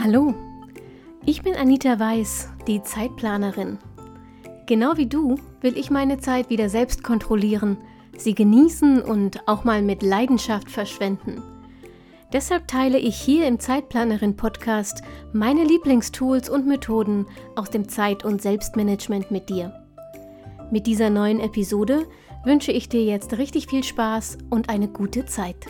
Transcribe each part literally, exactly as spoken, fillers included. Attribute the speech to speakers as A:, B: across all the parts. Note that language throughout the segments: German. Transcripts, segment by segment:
A: Hallo, ich bin Anita Weiß, die Zeitplanerin. Genau wie du will ich meine Zeit wieder selbst kontrollieren, sie genießen und auch mal mit Leidenschaft verschwenden. Deshalb teile ich hier im Zeitplanerin-Podcast meine Lieblingstools und Methoden aus dem Zeit- und Selbstmanagement mit dir. Mit dieser neuen Episode wünsche ich dir jetzt richtig viel Spaß und eine gute Zeit.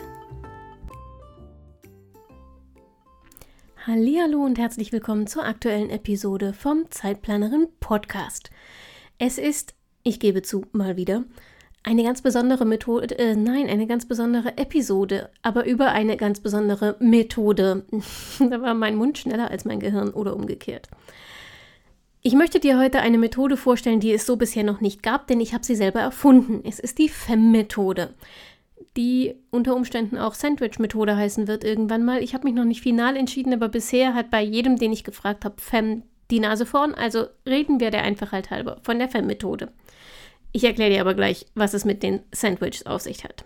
A: Hallihallo und herzlich willkommen zur aktuellen Episode vom Zeitplanerin Podcast. Es ist, ich gebe zu, mal wieder, eine ganz besondere Methode, äh, nein, eine ganz besondere Episode, aber über eine ganz besondere Methode. Da war mein Mund schneller als mein Gehirn oder umgekehrt. Ich möchte dir heute eine Methode vorstellen, die es so bisher noch nicht gab, denn ich habe sie selber erfunden. Es ist die F E M-Methode, die unter Umständen auch Sandwich-Methode heißen wird irgendwann mal. Ich habe mich noch nicht final entschieden, aber bisher hat bei jedem, den ich gefragt habe, F E M die Nase vorn. Also reden wir der Einfachheit halber von der F E M-Methode. Ich erkläre dir aber gleich, was es mit den Sandwiches auf sich hat.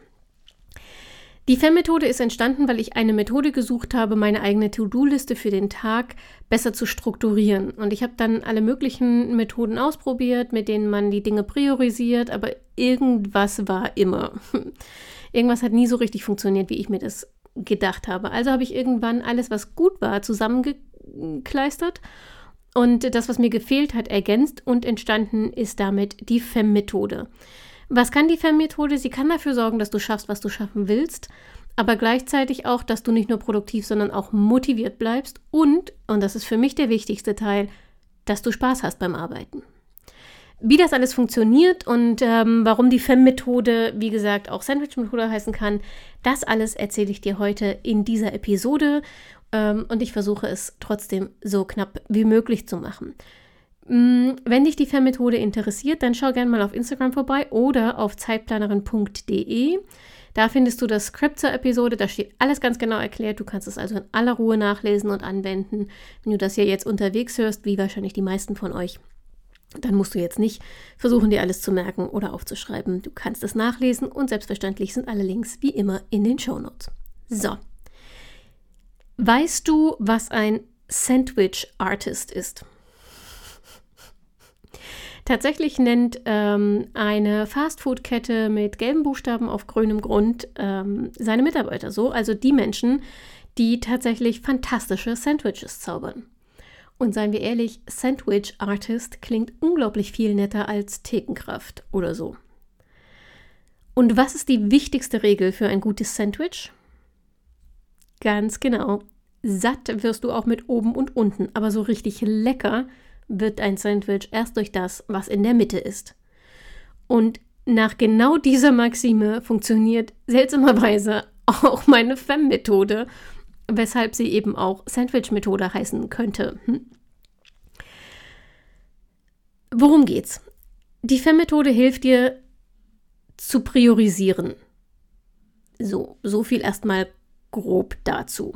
A: Die F E M-Methode ist entstanden, weil ich eine Methode gesucht habe, meine eigene To-Do-Liste für den Tag besser zu strukturieren. Und ich habe dann alle möglichen Methoden ausprobiert, mit denen man die Dinge priorisiert, aber irgendwas war immer. Irgendwas hat nie so richtig funktioniert, wie ich mir das gedacht habe. Also habe ich irgendwann alles, was gut war, zusammengekleistert und das, was mir gefehlt hat, ergänzt und entstanden ist damit die F E M-Methode. Was kann die F E M-Methode? Sie kann dafür sorgen, dass du schaffst, was du schaffen willst, aber gleichzeitig auch, dass du nicht nur produktiv, sondern auch motiviert bleibst und, und das ist für mich der wichtigste Teil, dass du Spaß hast beim Arbeiten. Wie das alles funktioniert und ähm, warum die F E M-Methode, wie gesagt, auch Sandwich-Methode heißen kann, das alles erzähle ich dir heute in dieser Episode ähm, und ich versuche es trotzdem so knapp wie möglich zu machen. Wenn dich die F E M-Methode interessiert, dann schau gerne mal auf Instagram vorbei oder auf zeitplanerin punkt de. Da findest du das Skript zur Episode, da steht alles ganz genau erklärt. Du kannst es also in aller Ruhe nachlesen und anwenden. Wenn du das hier jetzt unterwegs hörst, wie wahrscheinlich die meisten von euch, dann musst du jetzt nicht versuchen, dir alles zu merken oder aufzuschreiben. Du kannst es nachlesen und selbstverständlich sind alle Links wie immer in den Shownotes. So. Weißt du, was ein Sandwich Artist ist? Tatsächlich nennt ähm, eine Fastfood-Kette mit gelben Buchstaben auf grünem Grund ähm, seine Mitarbeiter so, also die Menschen, die tatsächlich fantastische Sandwiches zaubern. Und seien wir ehrlich, Sandwich Artist klingt unglaublich viel netter als Thekenkraft oder so. Und was ist die wichtigste Regel für ein gutes Sandwich? Ganz genau, satt wirst du auch mit oben und unten, aber so richtig lecker wird ein Sandwich erst durch das, was in der Mitte ist. Und nach genau dieser Maxime funktioniert seltsamerweise auch meine F E M-Methode, weshalb sie eben auch Sandwich-Methode heißen könnte. Hm. Worum geht's? Die F E M-Methode hilft dir zu priorisieren. So, so viel erstmal grob dazu.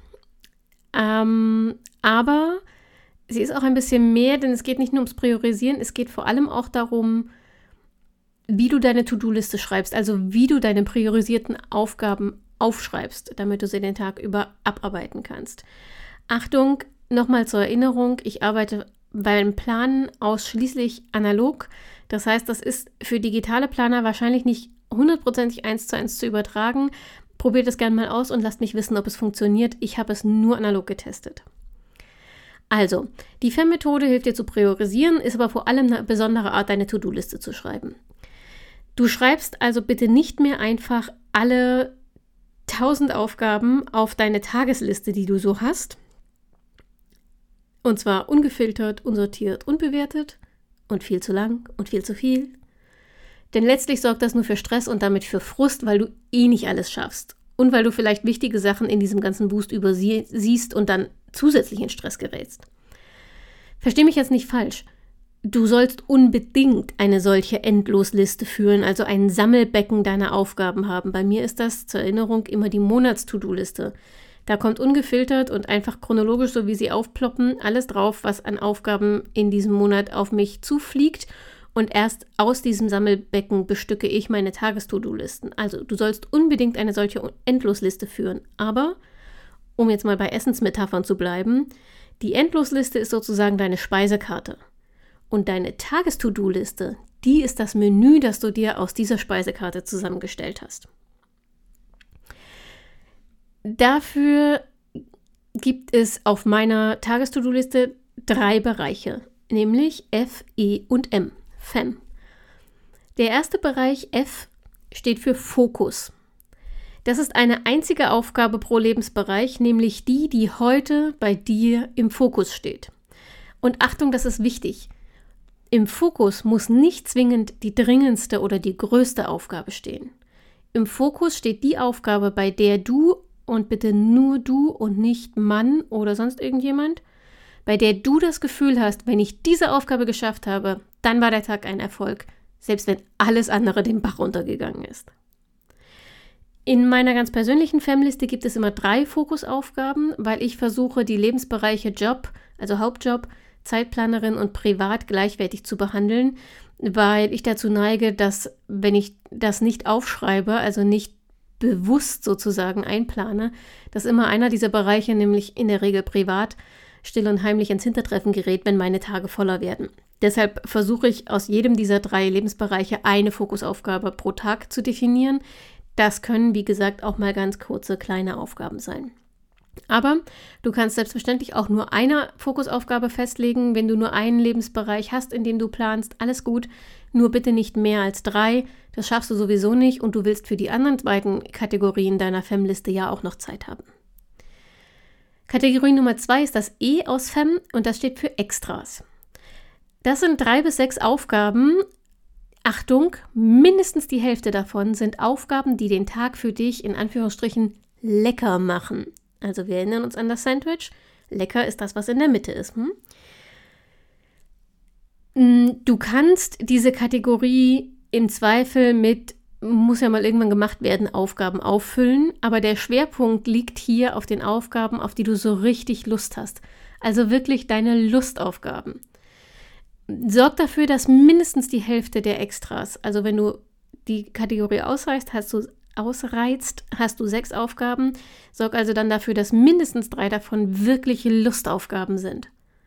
A: Ähm, aber sie ist auch ein bisschen mehr, denn es geht nicht nur ums Priorisieren, es geht vor allem auch darum, wie du deine To-Do-Liste schreibst, also wie du deine priorisierten Aufgaben aufschreibst, damit du sie den Tag über abarbeiten kannst. Achtung, nochmal zur Erinnerung, ich arbeite beim Planen ausschließlich analog. Das heißt, das ist für digitale Planer wahrscheinlich nicht hundertprozentig eins zu eins zu übertragen. Probiert es gerne mal aus und lasst mich wissen, ob es funktioniert. Ich habe es nur analog getestet. Also, die F E M-Methode hilft dir zu priorisieren, ist aber vor allem eine besondere Art, deine To-Do-Liste zu schreiben. Du schreibst also bitte nicht mehr einfach alle tausend Aufgaben auf deine Tagesliste, die du so hast. Und zwar ungefiltert, unsortiert, unbewertet und viel zu lang und viel zu viel. Denn letztlich sorgt das nur für Stress und damit für Frust, weil du eh nicht alles schaffst. Und weil du vielleicht wichtige Sachen in diesem ganzen Wust übersiehst und dann zusätzlich in Stress gerätst. Versteh mich jetzt nicht falsch. Du sollst unbedingt eine solche Endlosliste führen, also ein Sammelbecken deiner Aufgaben haben. Bei mir ist das zur Erinnerung immer die Monats-To-Do-Liste. Da kommt ungefiltert und einfach chronologisch, so wie sie aufploppen, alles drauf, was an Aufgaben in diesem Monat auf mich zufliegt. Und erst aus diesem Sammelbecken bestücke ich meine Tages-To-Do-Listen. Also du sollst unbedingt eine solche Endlosliste führen. Aber um jetzt mal bei Essensmetaphern zu bleiben, die Endlosliste ist sozusagen deine Speisekarte. Und deine Tages-To-Do-Liste, die ist das Menü, das du dir aus dieser Speisekarte zusammengestellt hast. Dafür gibt es auf meiner Tages-To-Do-Liste drei Bereiche, nämlich F, E und M, F E M. Der erste Bereich F steht für Fokus. Das ist eine einzige Aufgabe pro Lebensbereich, nämlich die, die heute bei dir im Fokus steht. Und Achtung, das ist wichtig. Im Fokus muss nicht zwingend die dringendste oder die größte Aufgabe stehen. Im Fokus steht die Aufgabe, bei der du und bitte nur du und nicht Mann oder sonst irgendjemand, bei der du das Gefühl hast, wenn ich diese Aufgabe geschafft habe, dann war der Tag ein Erfolg, selbst wenn alles andere den Bach runtergegangen ist. In meiner ganz persönlichen F E M-Liste gibt es immer drei Fokusaufgaben, weil ich versuche, die Lebensbereiche Job, also Hauptjob, Zeitplanerin und Privat gleichwertig zu behandeln, weil ich dazu neige, dass, wenn ich das nicht aufschreibe, also nicht bewusst sozusagen einplane, dass immer einer dieser Bereiche, nämlich in der Regel privat, still und heimlich ins Hintertreffen gerät, wenn meine Tage voller werden. Deshalb versuche ich aus jedem dieser drei Lebensbereiche eine Fokusaufgabe pro Tag zu definieren. Das können, wie gesagt, auch mal ganz kurze, kleine Aufgaben sein. Aber du kannst selbstverständlich auch nur eine Fokusaufgabe festlegen, wenn du nur einen Lebensbereich hast, in dem du planst, alles gut, nur bitte nicht mehr als drei, das schaffst du sowieso nicht und du willst für die anderen beiden Kategorien deiner F E M-Liste ja auch noch Zeit haben. Kategorie Nummer zwei ist das E aus F E M und das steht für Extras. Das sind drei bis sechs Aufgaben. Achtung, mindestens die Hälfte davon sind Aufgaben, die den Tag für dich in Anführungsstrichen lecker machen. Also wir erinnern uns an das Sandwich. Lecker ist das, was in der Mitte ist. Hm? Du kannst diese Kategorie im Zweifel mit, muss ja mal irgendwann gemacht werden, Aufgaben auffüllen. Aber der Schwerpunkt liegt hier auf den Aufgaben, auf die du so richtig Lust hast. Also wirklich deine Lustaufgaben. Sorg dafür, dass mindestens die Hälfte der Extras, also wenn du die Kategorie ausreizt, hast du ausreizt, hast du sechs Aufgaben. Sorg also dann dafür, dass mindestens drei davon wirkliche Lustaufgaben sind.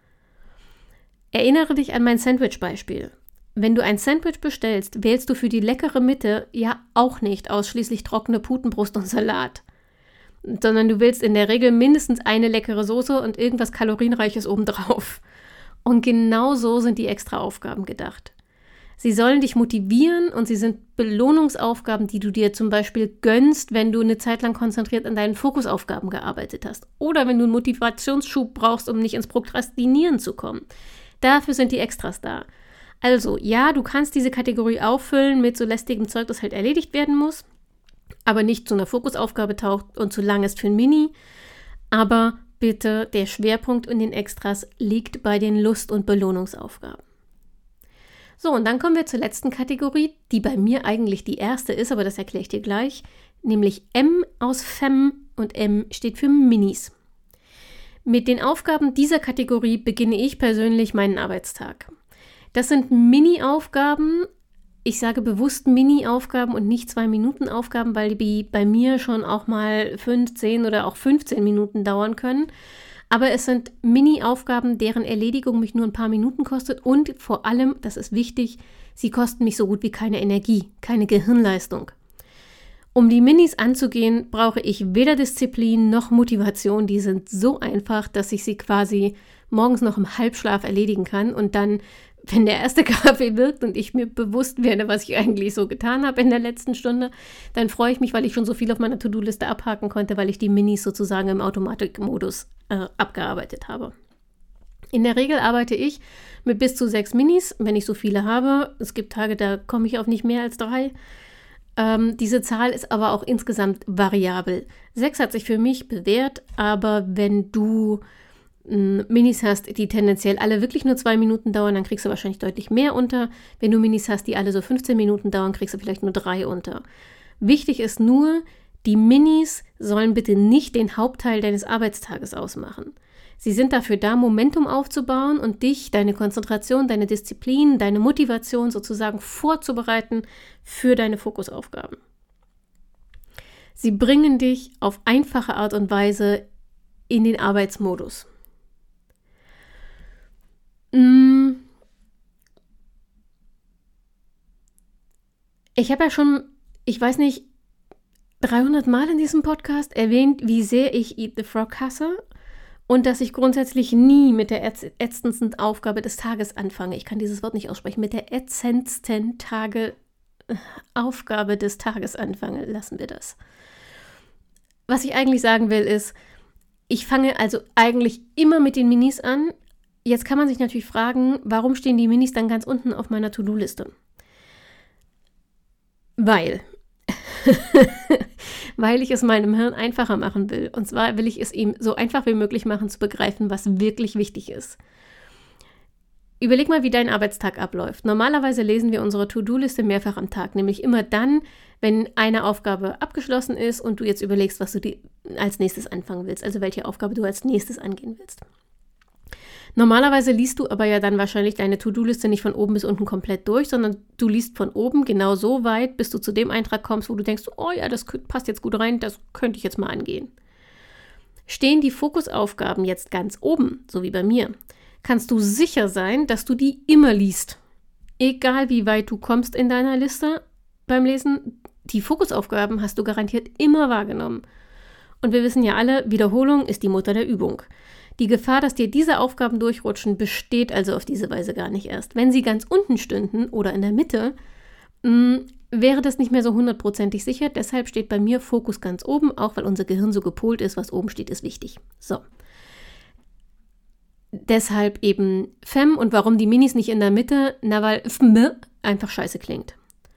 A: Erinnere dich an mein Sandwich-Beispiel. Wenn du ein Sandwich bestellst, wählst du für die leckere Mitte ja auch nicht ausschließlich trockene Putenbrust und Salat, sondern du wählst in der Regel mindestens eine leckere Soße und irgendwas Kalorienreiches obendrauf. Und genau so sind die Extra-Aufgaben gedacht. Sie sollen dich motivieren und sie sind Belohnungsaufgaben, die du dir zum Beispiel gönnst, wenn du eine Zeit lang konzentriert an deinen Fokusaufgaben gearbeitet hast. Oder wenn du einen Motivationsschub brauchst, um nicht ins Prokrastinieren zu kommen. Dafür sind die Extras da. Also, ja, du kannst diese Kategorie auffüllen mit so lästigem Zeug, das halt erledigt werden muss, aber nicht zu einer Fokusaufgabe taucht und zu lang ist für ein Mini. Aber bitte, der Schwerpunkt in den Extras liegt bei den Lust- und Belohnungsaufgaben. So, und dann kommen wir zur letzten Kategorie, die bei mir eigentlich die erste ist, aber das erkläre ich dir gleich, nämlich M aus F E M und M steht für Minis. Mit den Aufgaben dieser Kategorie beginne ich persönlich meinen Arbeitstag. Das sind Mini-Aufgaben, ich sage bewusst Mini-Aufgaben und nicht zwei-Minuten-Aufgaben, weil die bei mir schon auch mal fünfzehn oder auch fünfzehn Minuten dauern können. Aber es sind Mini-Aufgaben, deren Erledigung mich nur ein paar Minuten kostet und vor allem, das ist wichtig, sie kosten mich so gut wie keine Energie, keine Gehirnleistung. Um die Minis anzugehen, brauche ich weder Disziplin noch Motivation. Die sind so einfach, dass ich sie quasi morgens noch im Halbschlaf erledigen kann und dann, wenn der erste Kaffee wirkt und ich mir bewusst werde, was ich eigentlich so getan habe in der letzten Stunde, dann freue ich mich, weil ich schon so viel auf meiner To-Do-Liste abhaken konnte, weil ich die Minis sozusagen im Automatikmodus äh, abgearbeitet habe. In der Regel arbeite ich mit bis zu sechs Minis, wenn ich so viele habe. Es gibt Tage, da komme ich auf nicht mehr als drei. Ähm, diese Zahl ist aber auch insgesamt variabel. Sechs hat sich für mich bewährt, aber wenn du mh, Minis hast, die tendenziell alle wirklich nur zwei Minuten dauern, dann kriegst du wahrscheinlich deutlich mehr unter. Wenn du Minis hast, die alle so fünfzehn Minuten dauern, kriegst du vielleicht nur drei unter. Wichtig ist nur, die Minis sollen bitte nicht den Hauptteil deines Arbeitstages ausmachen. Sie sind dafür da, Momentum aufzubauen und dich, deine Konzentration, deine Disziplin, deine Motivation sozusagen vorzubereiten für deine Fokusaufgaben. Sie bringen dich auf einfache Art und Weise in den Arbeitsmodus. Mm. Ich habe ja schon, ich weiß nicht, dreihundert Mal in diesem Podcast erwähnt, wie sehr ich Eat the Frog hasse und dass ich grundsätzlich nie mit der ätz- ätzendsten Aufgabe des Tages anfange. Ich kann dieses Wort nicht aussprechen. Mit der ätzendsten Tage, äh, Aufgabe des Tages anfange. Lassen wir das. Was ich eigentlich sagen will, ist, ich fange also eigentlich immer mit den Minis an. Jetzt kann man sich natürlich fragen, warum stehen die Minis dann ganz unten auf meiner To-Do-Liste? Weil, weil ich es meinem Hirn einfacher machen will. Und zwar will ich es ihm so einfach wie möglich machen, zu begreifen, was wirklich wichtig ist. Überleg mal, wie dein Arbeitstag abläuft. Normalerweise lesen wir unsere To-Do-Liste mehrfach am Tag, nämlich immer dann, wenn eine Aufgabe abgeschlossen ist und du jetzt überlegst, was du die als nächstes anfangen willst, also welche Aufgabe du als nächstes angehen willst. Normalerweise liest du aber ja dann wahrscheinlich deine To-Do-Liste nicht von oben bis unten komplett durch, sondern du liest von oben genau so weit, bis du zu dem Eintrag kommst, wo du denkst, oh ja, das passt jetzt gut rein, das könnte ich jetzt mal angehen. Stehen die Fokusaufgaben jetzt ganz oben, so wie bei mir, kannst du sicher sein, dass du die immer liest. Egal wie weit du kommst in deiner Liste beim Lesen, die Fokusaufgaben hast du garantiert immer wahrgenommen. Und wir wissen ja alle, Wiederholung ist die Mutter der Übung. Die Gefahr, dass dir diese Aufgaben durchrutschen, besteht also auf diese Weise gar nicht erst. Wenn sie ganz unten stünden oder in der Mitte, mh, wäre das nicht mehr so hundertprozentig sicher. Deshalb steht bei mir Fokus ganz oben, auch weil unser Gehirn so gepolt ist, was oben steht, ist wichtig. So. Deshalb eben F E M und warum die Minis nicht in der Mitte? Na, weil F M einfach scheiße klingt.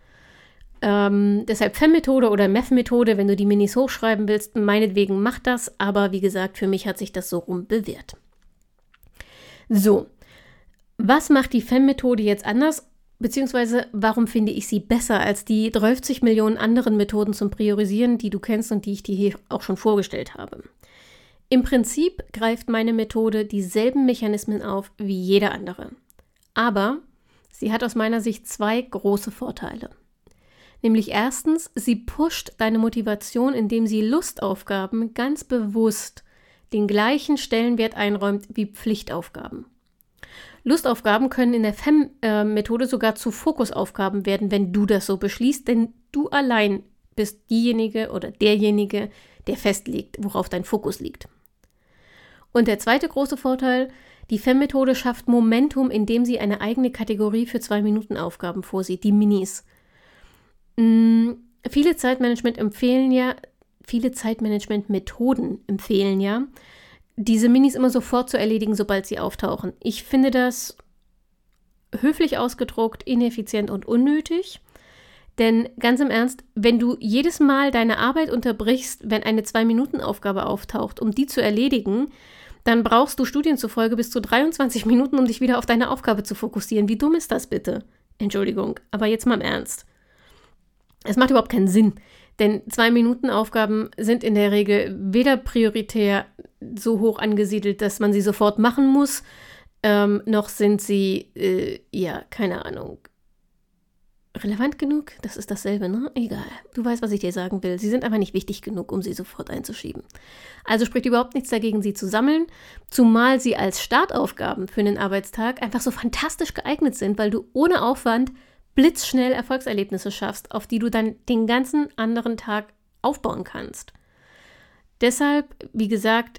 A: Ähm, deshalb F E M-Methode oder M E F-Methode, wenn du die Minis hochschreiben willst, meinetwegen mach das, aber wie gesagt, für mich hat sich das so rum bewährt. So, was macht die F E M-Methode jetzt anders, beziehungsweise warum finde ich sie besser als die dreißig Millionen anderen Methoden zum Priorisieren, die du kennst und die ich dir hier auch schon vorgestellt habe? Im Prinzip greift meine Methode dieselben Mechanismen auf wie jede andere, aber sie hat aus meiner Sicht zwei große Vorteile. Nämlich erstens, sie pusht deine Motivation, indem sie Lustaufgaben ganz bewusst den gleichen Stellenwert einräumt wie Pflichtaufgaben. Lustaufgaben können in der F E M-Methode sogar zu Fokusaufgaben werden, wenn du das so beschließt, denn du allein bist diejenige oder derjenige, der festlegt, worauf dein Fokus liegt. Und der zweite große Vorteil, die F E M-Methode schafft Momentum, indem sie eine eigene Kategorie für zwei-Minuten-Aufgaben vorsieht, die Minis. Mm, viele Zeitmanagement empfehlen ja, viele Zeitmanagement-Methoden empfehlen ja, diese Minis immer sofort zu erledigen, sobald sie auftauchen. Ich finde das höflich ausgedruckt, ineffizient und unnötig. Denn ganz im Ernst, wenn du jedes Mal deine Arbeit unterbrichst, wenn eine zwei-Minuten-Aufgabe auftaucht, um die zu erledigen, dann brauchst du Studien zufolge bis zu dreiundzwanzig Minuten, um dich wieder auf deine Aufgabe zu fokussieren. Wie dumm ist das bitte? Entschuldigung, aber jetzt mal im Ernst. Es macht überhaupt keinen Sinn, denn Zwei-Minuten-Aufgaben sind in der Regel weder prioritär so hoch angesiedelt, dass man sie sofort machen muss, ähm, noch sind sie, äh, ja, keine Ahnung, relevant genug? Das ist dasselbe, ne? Egal. Du weißt, was ich dir sagen will. Sie sind einfach nicht wichtig genug, um sie sofort einzuschieben. Also spricht überhaupt nichts dagegen, sie zu sammeln, zumal sie als Startaufgaben für einen Arbeitstag einfach so fantastisch geeignet sind, weil du ohne Aufwand blitzschnell Erfolgserlebnisse schaffst, auf die du dann den ganzen anderen Tag aufbauen kannst. Deshalb, wie gesagt,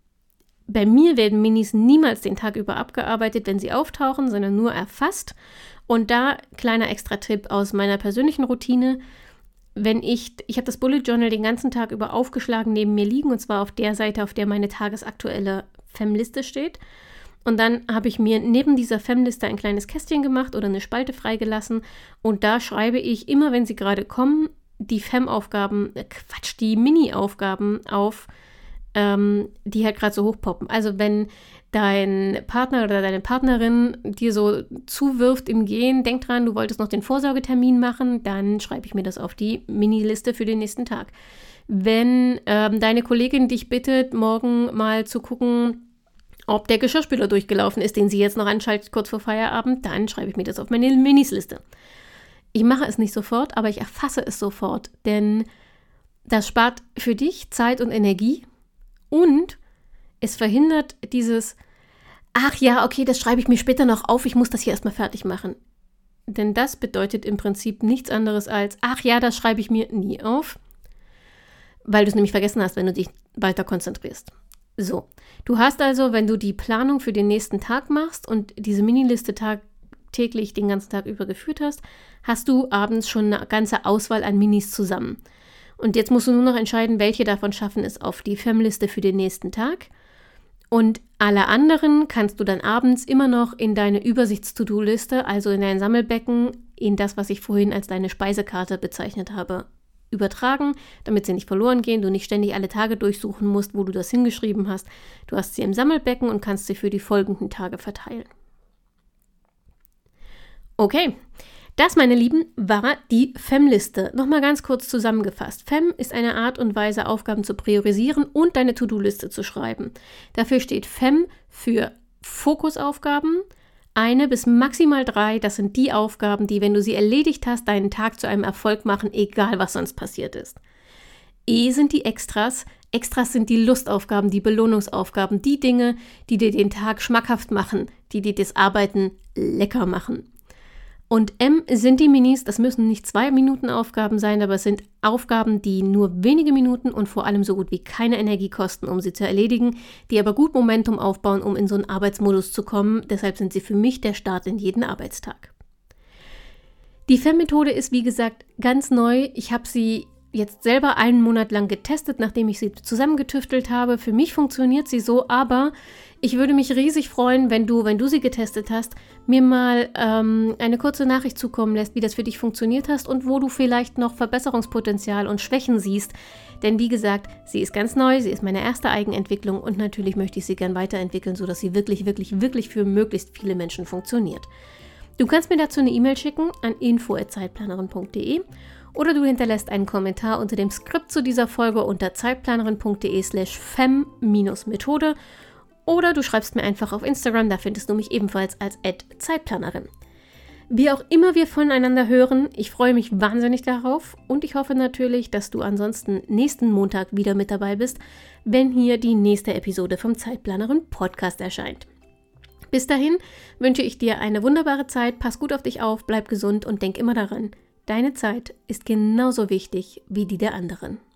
A: bei mir werden Minis niemals den Tag über abgearbeitet, wenn sie auftauchen, sondern nur erfasst. Und da, kleiner Extra-Tipp aus meiner persönlichen Routine, wenn ich, ich habe das Bullet Journal den ganzen Tag über aufgeschlagen neben mir liegen, und zwar auf der Seite, auf der meine tagesaktuelle F E M-Liste steht. Und dann habe ich mir neben dieser F E M-Liste ein kleines Kästchen gemacht oder eine Spalte freigelassen. Und da schreibe ich immer, wenn sie gerade kommen, die F E M-Aufgaben, äh Quatsch, die Mini-Aufgaben auf, ähm, die halt gerade so hochpoppen. Also wenn dein Partner oder deine Partnerin dir so zuwirft im Gehen, denk dran, du wolltest noch den Vorsorgetermin machen, dann schreibe ich mir das auf die Mini-Liste für den nächsten Tag. Wenn ähm, deine Kollegin dich bittet, morgen mal zu gucken, ob der Geschirrspüler durchgelaufen ist, den sie jetzt noch anschaltet kurz vor Feierabend, dann schreibe ich mir das auf meine Minis-Liste. Ich mache es nicht sofort, aber ich erfasse es sofort, denn das spart für dich Zeit und Energie und Es verhindert dieses, ach ja, okay, das schreibe ich mir später noch auf, ich muss das hier erstmal fertig machen. Denn das bedeutet im Prinzip nichts anderes als, ach ja, das schreibe ich mir nie auf, weil du es nämlich vergessen hast, wenn du dich weiter konzentrierst. So, du hast also, wenn du die Planung für den nächsten Tag machst und diese Miniliste tagtäglich den ganzen Tag über geführt hast, hast du abends schon eine ganze Auswahl an Minis zusammen. Und jetzt musst du nur noch entscheiden, welche davon schaffen es auf die Fem-Liste für den nächsten Tag. Und alle anderen kannst du dann abends immer noch in deine Übersichts-To-Do-Liste, also in dein Sammelbecken, in das, was ich vorhin als deine Speisekarte bezeichnet habe, übertragen, damit sie nicht verloren gehen, du nicht ständig alle Tage durchsuchen musst, wo du das hingeschrieben hast. Du hast sie im Sammelbecken und kannst sie für die folgenden Tage verteilen. Okay, das, meine Lieben, war die Fem-Liste. Nochmal ganz kurz zusammengefasst. Fem ist eine Art und Weise, Aufgaben zu priorisieren und deine To-Do-Liste zu schreiben. Dafür steht Fem für Fokusaufgaben. Eine bis maximal drei, das sind die Aufgaben, die, wenn du sie erledigt hast, deinen Tag zu einem Erfolg machen, egal was sonst passiert ist. E sind die Extras. Extras sind die Lustaufgaben, die Belohnungsaufgaben, die Dinge, die dir den Tag schmackhaft machen, die dir das Arbeiten lecker machen. Und M sind die Minis, das müssen nicht zwei Minuten Aufgaben sein, aber es sind Aufgaben, die nur wenige Minuten und vor allem so gut wie keine Energie kosten, um sie zu erledigen, die aber gut Momentum aufbauen, um in so einen Arbeitsmodus zu kommen. Deshalb sind sie für mich der Start in jeden Arbeitstag. Die Fem-Methode ist, wie gesagt, ganz neu. Ich habe sie jetzt selber einen Monat lang getestet, nachdem ich sie zusammengetüftelt habe. Für mich funktioniert sie so, aber ich würde mich riesig freuen, wenn du, wenn du sie getestet hast, mir mal ähm, eine kurze Nachricht zukommen lässt, wie das für dich funktioniert hast und wo du vielleicht noch Verbesserungspotenzial und Schwächen siehst. Denn wie gesagt, sie ist ganz neu, sie ist meine erste Eigenentwicklung und natürlich möchte ich sie gern weiterentwickeln, sodass sie wirklich, wirklich, wirklich für möglichst viele Menschen funktioniert. Du kannst mir dazu eine E-Mail schicken an info at zeitplanerin punkt de oder du hinterlässt einen Kommentar unter dem Skript zu dieser Folge unter zeitplanerin.de slash fem-methode oder du schreibst mir einfach auf Instagram, da findest du mich ebenfalls als at zeitplanerin. Wie auch immer wir voneinander hören, ich freue mich wahnsinnig darauf und ich hoffe natürlich, dass du ansonsten nächsten Montag wieder mit dabei bist, wenn hier die nächste Episode vom Zeitplanerin Podcast erscheint. Bis dahin wünsche ich dir eine wunderbare Zeit, pass gut auf dich auf, bleib gesund und denk immer daran, deine Zeit ist genauso wichtig wie die der anderen.